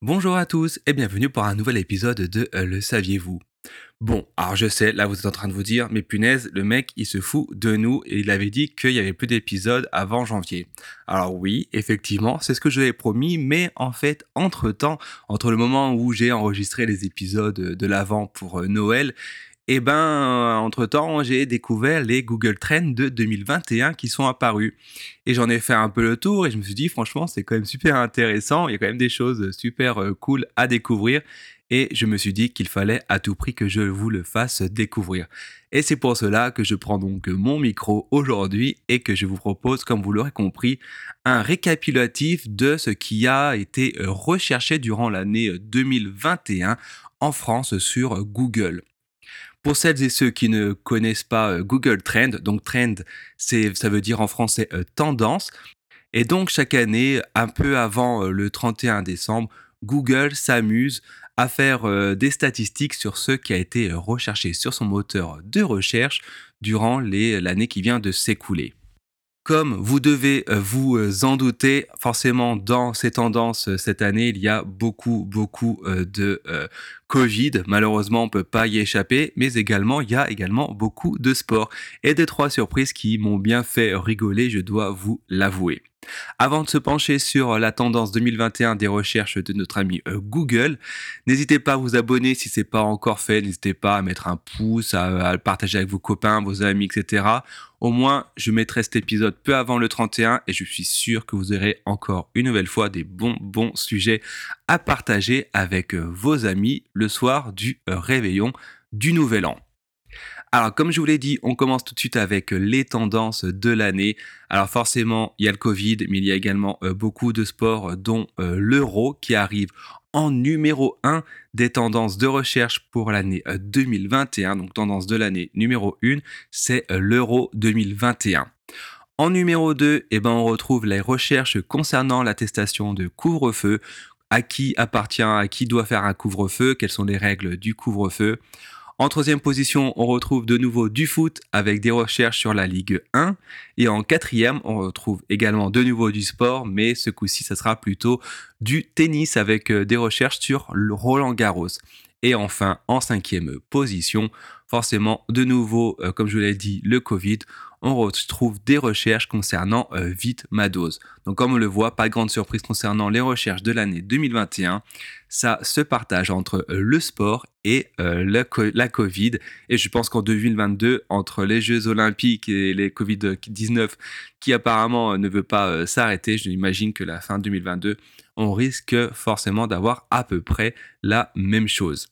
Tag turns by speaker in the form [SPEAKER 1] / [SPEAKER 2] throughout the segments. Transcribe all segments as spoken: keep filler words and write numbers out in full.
[SPEAKER 1] Bonjour à tous et bienvenue pour un nouvel épisode de euh, Le Saviez-vous? Bon, alors je sais, là vous êtes en train de vous dire, mais punaise, le mec il se fout de nous et il avait dit qu'il y avait plus d'épisodes avant janvier. Alors oui, effectivement, c'est ce que je lui ai promis, mais en fait, entre-temps, entre le moment où j'ai enregistré les épisodes de l'avant pour euh, Noël, et ben, euh, entre-temps, j'ai découvert les Google Trends de deux mille vingt et un qui sont apparus. Et j'en ai fait un peu le tour et je me suis dit, franchement, c'est quand même super intéressant. Il y a quand même des choses super euh, cool à découvrir. Et je me suis dit qu'il fallait à tout prix que je vous le fasse découvrir. Et c'est pour cela que je prends donc mon micro aujourd'hui et que je vous propose, comme vous l'aurez compris, un récapitulatif de ce qui a été euh, recherché durant l'année deux mille vingt et un en France sur Google. Pour celles et ceux qui ne connaissent pas euh, Google Trend, donc Trend, c'est, ça veut dire en français euh, tendance. Et donc chaque année, un peu avant euh, le trente et un décembre, Google s'amuse à faire euh, des statistiques sur ce qui a été euh, recherché sur son moteur de recherche durant les- l'année qui vient de s'écouler. Comme vous devez euh, vous euh, en douter, forcément dans ces tendances euh, cette année, il y a beaucoup, beaucoup euh, de euh, Covid. Malheureusement, on peut pas y échapper, mais également, il y a également beaucoup de sport. Et deux, trois surprises qui m'ont bien fait rigoler, je dois vous l'avouer. Avant de se pencher sur la tendance deux mille vingt et un des recherches de notre ami euh, Google, n'hésitez pas à vous abonner si ce n'est pas encore fait. N'hésitez pas à mettre un pouce, à, à le partager avec vos copains, vos amis, et cetera. Au moins, je mettrai cet épisode peu avant le trente et un et je suis sûr que vous aurez encore une nouvelle fois des bons, bons sujets à partager avec euh, vos amis le soir du euh, réveillon du Nouvel An. Alors, comme je vous l'ai dit, on commence tout de suite avec euh, les tendances de l'année. Alors forcément, il y a le Covid, mais il y a également euh, beaucoup de sports, euh, dont euh, l'Euro, qui arrive en numéro un des tendances de recherche pour l'année euh, deux mille vingt et un. Donc tendance de l'année numéro un, c'est euh, l'Euro deux mille vingt et un. En numéro deux, eh ben, on retrouve les recherches concernant l'attestation de couvre-feu. À qui appartient, à qui doit faire un couvre-feu, quelles sont les règles du couvre-feu. En troisième position, on retrouve de nouveau du foot avec des recherches sur la Ligue un. Et en quatrième, on retrouve également de nouveau du sport, mais ce coup-ci, ça sera plutôt du tennis avec euh, des recherches sur le Roland Garros. Et enfin, en cinquième position, forcément, de nouveau, euh, comme je vous l'ai dit, le Covid, on retrouve des recherches concernant euh, Vite ma dose. Donc comme on le voit, pas de grande surprise concernant les recherches de l'année deux mille vingt et un. Ça se partage entre euh, le sport et euh, le co- la Covid. Et je pense qu'en deux mille vingt-deux, entre les Jeux Olympiques et les Covid dix-neuf, qui apparemment euh, ne veut pas euh, s'arrêter, je m'imagine que la fin deux mille vingt-deux, on risque forcément d'avoir à peu près la même chose.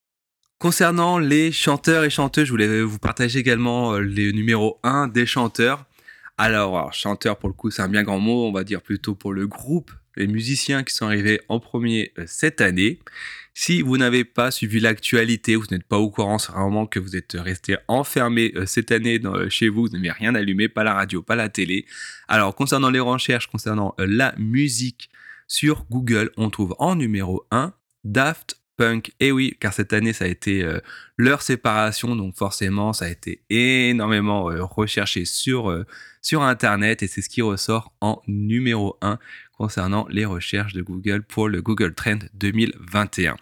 [SPEAKER 1] Concernant les chanteurs et chanteuses, je voulais vous partager également euh, les numéros un des chanteurs. Alors, alors, chanteur pour le coup, c'est un bien grand mot, on va dire plutôt pour le groupe, les musiciens qui sont arrivés en premier euh, cette année. Si vous n'avez pas suivi l'actualité, vous n'êtes pas au courant, c'est vraiment que vous êtes resté enfermé euh, cette année dans, euh, chez vous, vous n'avez rien allumé, pas la radio, pas la télé. Alors, concernant les recherches, concernant euh, la musique sur Google, on trouve en numéro un Daft Punk. Et oui, car cette année, ça a été euh, leur séparation, donc forcément, ça a été énormément euh, recherché sur, euh, sur Internet et c'est ce qui ressort en numéro un concernant les recherches de Google pour le Google Trend deux mille vingt et un.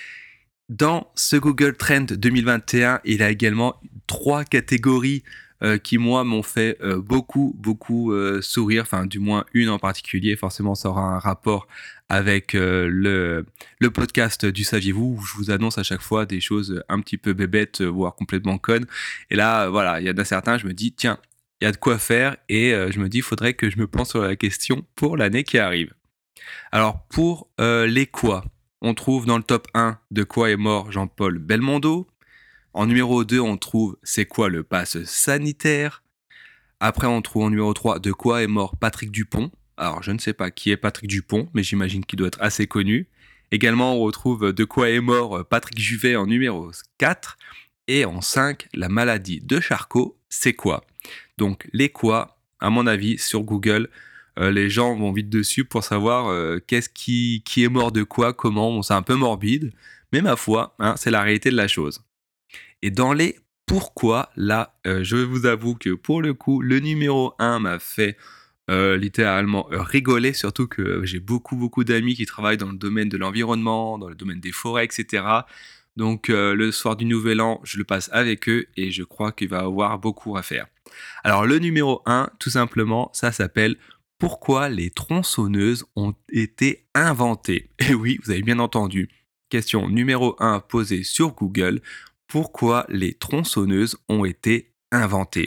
[SPEAKER 1] Dans ce Google Trend deux mille vingt et un, il y a également trois catégories euh, qui, moi, m'ont fait euh, beaucoup, beaucoup euh, sourire, enfin, du moins une en particulier. Forcément, ça aura un rapport avec euh, le, le podcast du Saviez-vous, où je vous annonce à chaque fois des choses un petit peu bébêtes, euh, voire complètement connes. Et là, euh, voilà, il y en a certains, je me dis, tiens, il y a de quoi faire, et euh, je me dis, il faudrait que je me pense sur la question pour l'année qui arrive. Alors, pour euh, les quoi, on trouve dans le top un de quoi est mort Jean-Paul Belmondo. En numéro deux, on trouve c'est quoi le pass sanitaire. Après, on trouve en numéro trois de quoi est mort Patrick Dupont. Alors, je ne sais pas qui est Patrick Dupont, mais j'imagine qu'il doit être assez connu. Également, on retrouve de quoi est mort Patrick Juvet en numéro quatre. Et en cinq, la maladie de Charcot, c'est quoi? Donc, les quoi, à mon avis, sur Google, euh, les gens vont vite dessus pour savoir euh, qu'est-ce qui, qui est mort de quoi, comment. Bon, c'est un peu morbide, mais ma foi, hein, c'est la réalité de la chose. Et dans les pourquoi, là, euh, je vous avoue que pour le coup, le numéro un m'a fait euh, littéralement euh, rigoler, surtout que euh, j'ai beaucoup, beaucoup d'amis qui travaillent dans le domaine de l'environnement, dans le domaine des forêts, et cetera. Donc euh, le soir du Nouvel An, je le passe avec eux et je crois qu'il va avoir beaucoup à faire. Alors le numéro un, tout simplement, ça s'appelle Pourquoi les tronçonneuses ont été inventées. Et oui, vous avez bien entendu. Question numéro un posée sur Google. Pourquoi les tronçonneuses ont été inventées?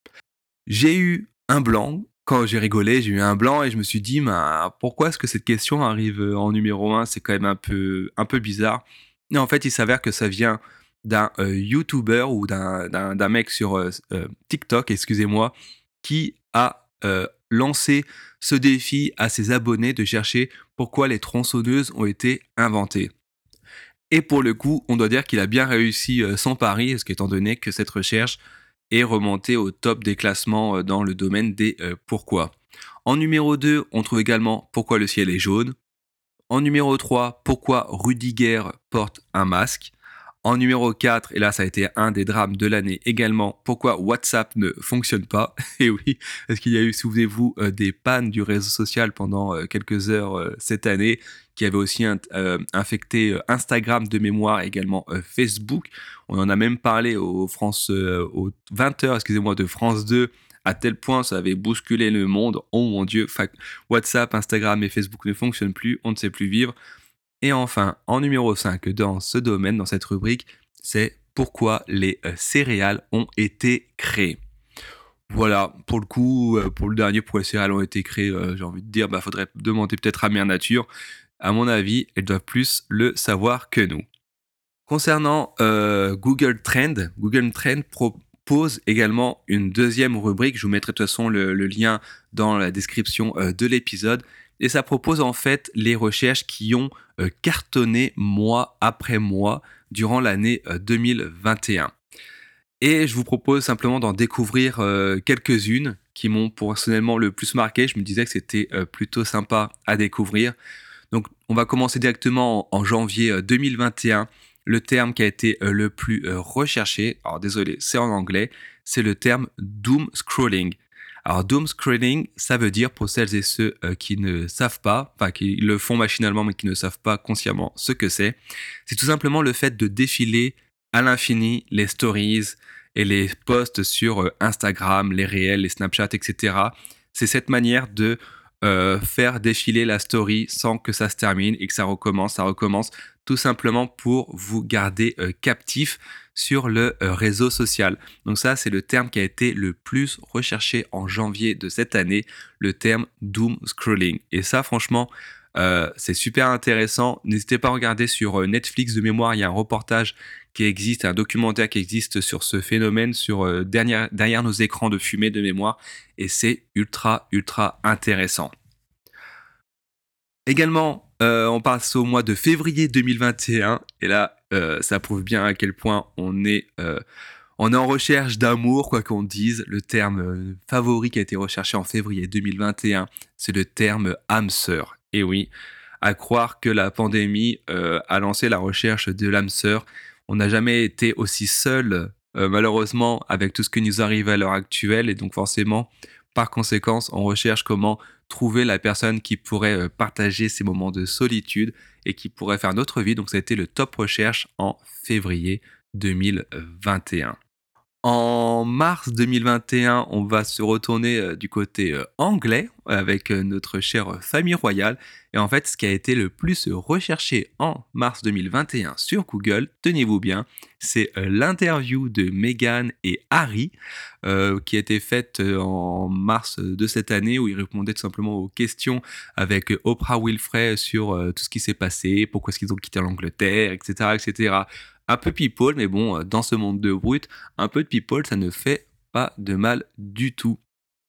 [SPEAKER 1] J'ai eu un blanc. Quand j'ai rigolé, j'ai eu un blanc et je me suis dit, bah, pourquoi est-ce que cette question arrive euh, en numéro un? C'est quand même un peu, un peu bizarre. Et en fait, il s'avère que ça vient d'un euh, YouTuber ou d'un, d'un, d'un mec sur euh, euh, TikTok, excusez-moi, qui a euh, lancé ce défi à ses abonnés de chercher pourquoi les tronçonneuses ont été inventées. Et pour le coup, on doit dire qu'il a bien réussi euh, son pari, parce qu'étant donné que cette recherche est remontée au top des classements euh, dans le domaine des euh, pourquoi. En numéro deux, on trouve également pourquoi le ciel est jaune. En numéro trois, pourquoi Rudiger porte un masque. En numéro quatre, et là ça a été un des drames de l'année également, pourquoi WhatsApp ne fonctionne pas. Et oui, parce qu'il y a eu, souvenez-vous, euh, des pannes du réseau social pendant euh, quelques heures euh, cette année, qui avait aussi in- euh, infecté euh, Instagram de mémoire, et également euh, Facebook. On en a même parlé aux, France, euh, aux vingt heures, excusez-moi, de France deux, à tel point ça avait bousculé le monde. Oh mon Dieu, Fa- WhatsApp, Instagram et Facebook ne fonctionnent plus, on ne sait plus vivre. Et enfin, en numéro cinq dans ce domaine, dans cette rubrique, c'est pourquoi les euh, céréales ont été créées. Voilà, pour le coup, euh, pour le dernier, pourquoi les céréales ont été créées, euh, j'ai envie de dire, bah, faudrait demander peut-être à Mère Nature. À mon avis, elles doivent plus le savoir que nous. Concernant euh, Google Trend, Google Trend propose également une deuxième rubrique. Je vous mettrai de toute façon le, le lien dans la description euh, de l'épisode. Et ça propose en fait les recherches qui ont euh, cartonné mois après mois durant l'année euh, deux mille vingt et un. Et je vous propose simplement d'en découvrir euh, quelques-unes qui m'ont personnellement le plus marqué. Je me disais que c'était euh, plutôt sympa à découvrir. Donc, on va commencer directement en, en janvier euh, deux mille vingt et un. Le terme qui a été euh, le plus euh, recherché, alors désolé, c'est en anglais, c'est le terme doom scrolling. Alors, doom scrolling, ça veut dire, pour celles et ceux euh, qui ne savent pas, enfin qui le font machinalement mais qui ne savent pas consciemment ce que c'est, c'est tout simplement le fait de défiler à l'infini les stories et les posts sur euh, Instagram, les réels, les Snapchat, et cetera. C'est cette manière de euh, faire défiler la story sans que ça se termine et que ça recommence, ça recommence, tout simplement pour vous garder euh, captif sur le euh, réseau social. Donc ça, c'est le terme qui a été le plus recherché en janvier de cette année, le terme doom scrolling. Et ça, franchement, euh, c'est super intéressant. N'hésitez pas à regarder sur euh, Netflix de mémoire, il y a un reportage qui existe, un documentaire qui existe sur ce phénomène, sur euh, derrière, derrière nos écrans de fumée de mémoire, et c'est ultra, ultra intéressant. Également, euh, on passe au mois de février deux mille vingt et un, et là, euh, ça prouve bien à quel point on est, euh, on est en recherche d'amour, quoi qu'on dise. Le terme euh, favori qui a été recherché en février deux mille vingt et un, c'est le terme âme sœur. Et oui, à croire que la pandémie euh, a lancé la recherche de l'âme sœur. On n'a jamais été aussi seul, euh, malheureusement, avec tout ce qui nous arrive à l'heure actuelle, et donc forcément, par conséquence, on recherche comment trouver la personne qui pourrait euh, partager ces moments de solitude et qui pourrait faire notre vie. Donc ça a été le top recherche en février deux mille vingt et un. En mars deux mille vingt et un, on va se retourner euh, du côté euh, anglais avec euh, notre chère euh, famille royale. Et en fait, ce qui a été le plus recherché en mars deux mille vingt et un sur Google, tenez-vous bien, c'est euh, l'interview de Meghan et Harry euh, qui a été faite euh, en mars de cette année, où ils répondaient tout simplement aux questions avec euh, Oprah Winfrey sur euh, tout ce qui s'est passé, pourquoi est-ce qu'ils ont quitté l'Angleterre, et cetera, et cetera. Un peu people, mais bon, euh, dans ce monde de brut, un peu de people, ça ne fait pas de mal du tout.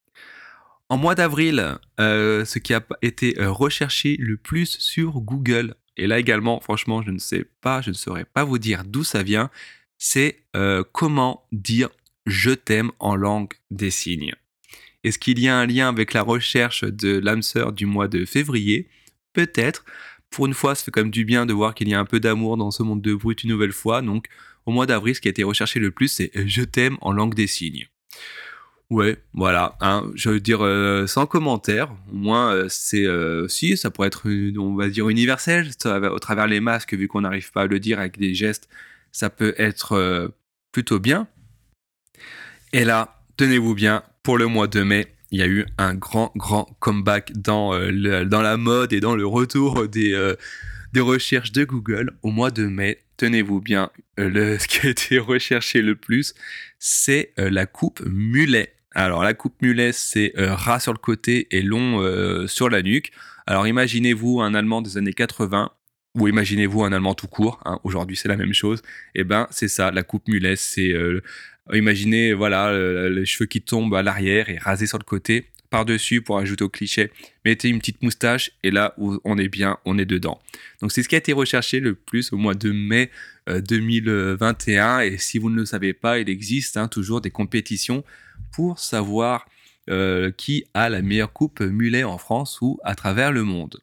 [SPEAKER 1] En mois d'avril, euh, ce qui a été euh, recherché le plus sur Google, et là également, franchement, je ne sais pas, je ne saurais pas vous dire d'où ça vient, c'est euh, comment dire je t'aime en langue des signes. Est-ce qu'il y a un lien avec la recherche de l'âme sœur du mois de février? Peut-être. Pour une fois, ça fait quand même du bien de voir qu'il y a un peu d'amour dans ce monde de brut une nouvelle fois. Donc, au mois d'avril, ce qui a été recherché le plus, c'est je t'aime en langue des signes. Ouais, voilà, hein, je veux dire, heu, sans commentaire, au moins, heu, c'est, heu, si ça pourrait être une on va dire universel, ça va au travers les masques vu qu'on n'arrive pas à le dire avec des gestes, ça peut être, heu, plutôt bien. Et là, tenez-vous bien, pour le mois de mai, il y a eu un grand, grand comeback dans, heu, le dans la mode et dans le retour des, heu, des recherches de Google. Au mois de mai, tenez-vous bien, heu, le ce qui a été recherché le plus, c'est, heu, la coupe mulet. Alors la coupe mulet, c'est, heu, ras sur le côté et long, heu, sur la nuque. Alors imaginez-vous un Allemand des années quatre-vingts ou imaginez-vous un Allemand tout court, hein, aujourd'hui c'est la même chose. Et ben, c'est ça, la coupe mulet, c'est, heu, imaginez, voilà, heu, les cheveux qui tombent à l'arrière et rasés sur le côté. Par-dessus, pour ajouter au cliché, mettez une petite moustache et là où on est bien, on est dedans. Donc c'est ce qui a été recherché le plus au mois de mai euh, deux mille vingt et un. Et si vous ne le savez pas, il existe hein, toujours des compétitions pour savoir euh, qui a la meilleure coupe mulet en France ou à travers le monde.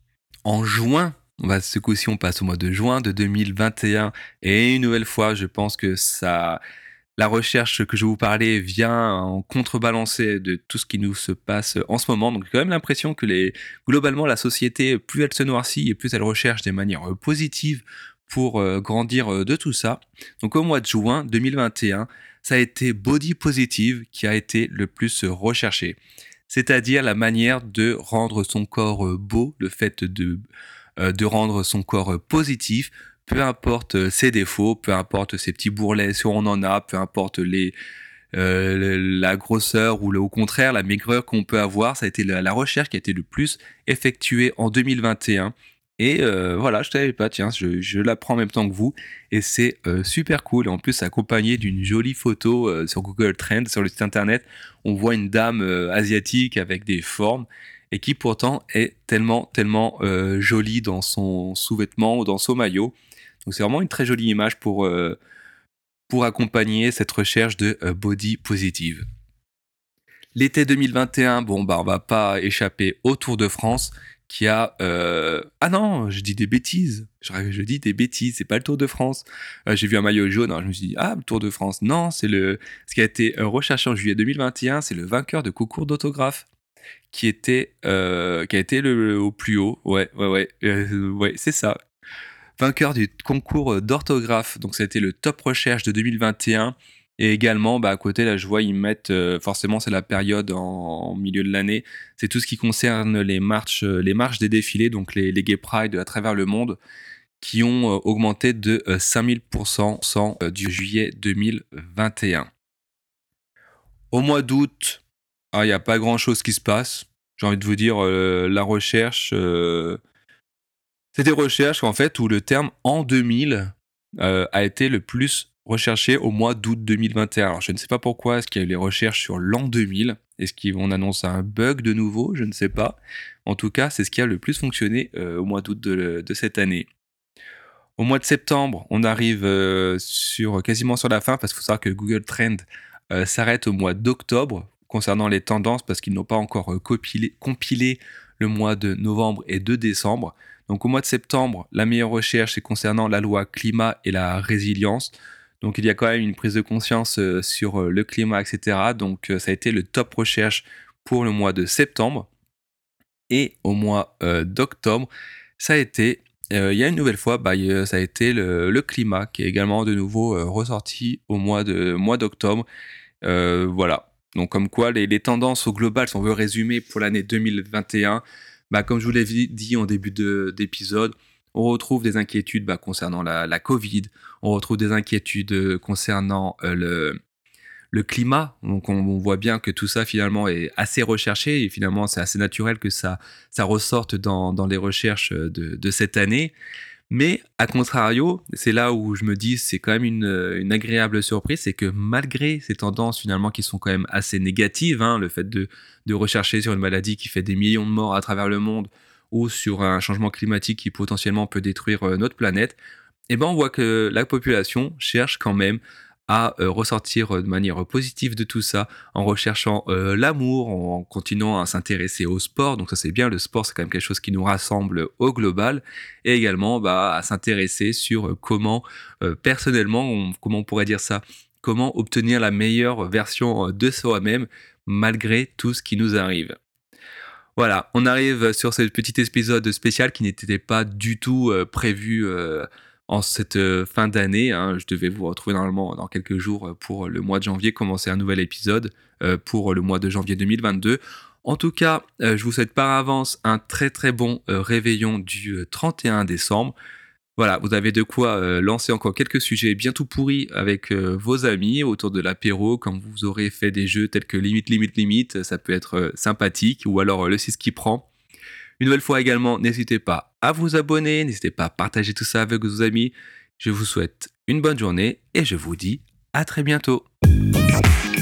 [SPEAKER 1] En juin, on va ce coup-ci on passe au mois de juin de deux mille vingt et un et une nouvelle fois, je pense que ça la recherche que je vous parlais vient en contrebalancer de tout ce qui nous se passe en ce moment. Donc j'ai quand même l'impression que les, globalement la société, plus elle se noircit et plus elle recherche des manières euh, positives pour euh, grandir euh, de tout ça. Donc au mois de juin deux mille vingt et un, ça a été Body Positive qui a été le plus recherché. C'est-à-dire la manière de rendre son corps euh, beau, le fait de, euh, de rendre son corps euh, positif, peu importe euh, ses défauts, peu importe ses petits bourrelets, si on en a, peu importe les, euh, le- la grosseur ou le, au contraire la maigreur qu'on peut avoir, ça a été la, la recherche qui a été le plus effectuée en deux mille vingt et un. Et un. Et euh, voilà, je savais pas, tiens, je, je l'apprends en même temps que vous, et c'est euh, super cool. Et en plus, accompagné d'une jolie photo euh, sur Google Trends, sur le site internet, on voit une dame euh, asiatique avec des formes et qui pourtant est tellement, tellement euh, jolie dans son sous-vêtement ou dans son maillot. Donc c'est vraiment une très jolie image pour, euh, pour accompagner cette recherche de euh, body positive. L'été deux mille vingt et un, bon bah on va pas échapper au Tour de France qui a euh... ah non, je dis des bêtises. Je, je dis des bêtises, c'est pas le Tour de France. Euh, j'ai vu un maillot jaune, alors je me suis dit ah le Tour de France. Non, c'est le ce qui a été euh, recherché en juillet deux mille vingt et un, c'est le vainqueur de concours d'autographe qui était euh, qui a été le, au plus haut. Ouais, ouais, ouais, euh, ouais, c'est ça. Vainqueur du concours d'orthographe. Donc ça a été le top recherche de deux mille vingt et un. Et un. Et également, bah, à côté, là, je vois, ils mettent, euh, forcément, c'est la période en, en milieu de l'année. C'est tout ce qui concerne les marches, euh, les marches des défilés, donc les, les Gay Pride à travers le monde, qui ont euh, augmenté de euh, cinq mille pour cent euh, du juillet deux mille vingt et un. Au mois d'août, ah, il n'y a pas grand chose qui se passe. J'ai envie de vous dire, euh, la recherche, euh, c'est des recherches en fait où le terme en deux mille euh, a été le plus recherché au mois d'août deux mille vingt et un. Alors je ne sais pas pourquoi est-ce qu'il y a eu les recherches sur l'an deux mille. Est-ce qu'on annonce un bug de nouveau? Je ne sais pas. En tout cas, c'est ce qui a le plus fonctionné euh, au mois d'août de, de cette année. Au mois de septembre, on arrive euh, sur quasiment sur la fin parce qu'il faut savoir que Google Trend euh, s'arrête au mois d'octobre concernant les tendances parce qu'ils n'ont pas encore euh, compilé, compilé le mois de novembre et de décembre. Donc au mois de septembre, la meilleure recherche est concernant la loi climat et la résilience. Donc il y a quand même une prise de conscience euh, sur euh, le climat, et cetera. Donc euh, ça a été le top recherche pour le mois de septembre. Et au mois euh, d'octobre, ça a été, euh, il y a une nouvelle fois, bah, y- ça a été le, le climat qui est également de nouveau euh, ressorti au mois de mois d'octobre. Euh, voilà. Donc comme quoi les, les tendances au global, si on veut résumer pour l'année deux mille vingt et un, bah, comme je vous l'ai vi- dit en début de- d'épisode, on retrouve des inquiétudes bah, concernant la, la Covid, on retrouve des inquiétudes euh, concernant euh, le, le climat. Donc on, on voit bien que tout ça finalement est assez recherché et finalement c'est assez naturel que ça, ça ressorte dans, dans les recherches de, de cette année. Mais à contrario, c'est là où je me dis c'est quand même une, une agréable surprise, c'est que malgré ces tendances finalement qui sont quand même assez négatives, hein, le fait de, de rechercher sur une maladie qui fait des millions de morts à travers le monde ou sur un changement climatique qui potentiellement peut détruire euh, notre planète, eh ben on voit que la population cherche quand même à euh, ressortir euh, de manière positive de tout ça, en recherchant euh, l'amour, en continuant à s'intéresser au sport. Donc ça c'est bien, le sport c'est quand même quelque chose qui nous rassemble au global, et également bah, à s'intéresser sur euh, comment euh, personnellement, on, comment on pourrait dire ça, comment obtenir la meilleure version de soi-même malgré tout ce qui nous arrive. Voilà, on arrive sur ce petit épisode spécial qui n'était pas du tout euh, prévu euh, en cette euh, fin d'année. Hein. Je devais vous retrouver normalement dans quelques jours pour le mois de janvier, commencer un nouvel épisode euh, pour le mois de janvier deux mille vingt-deux. En tout cas, euh, je vous souhaite par avance un très très bon euh, réveillon du euh, trente et un décembre. Voilà, vous avez de quoi euh, lancer encore quelques sujets bien tout pourris avec euh, vos amis autour de l'apéro, quand vous aurez fait des jeux tels que Limite, Limite, Limite, ça peut être euh, sympathique, ou alors euh, le six qui prend. Une nouvelle fois également, n'hésitez pas à vous abonner, n'hésitez pas à partager tout ça avec vos amis. Je vous souhaite une bonne journée et je vous dis à très bientôt.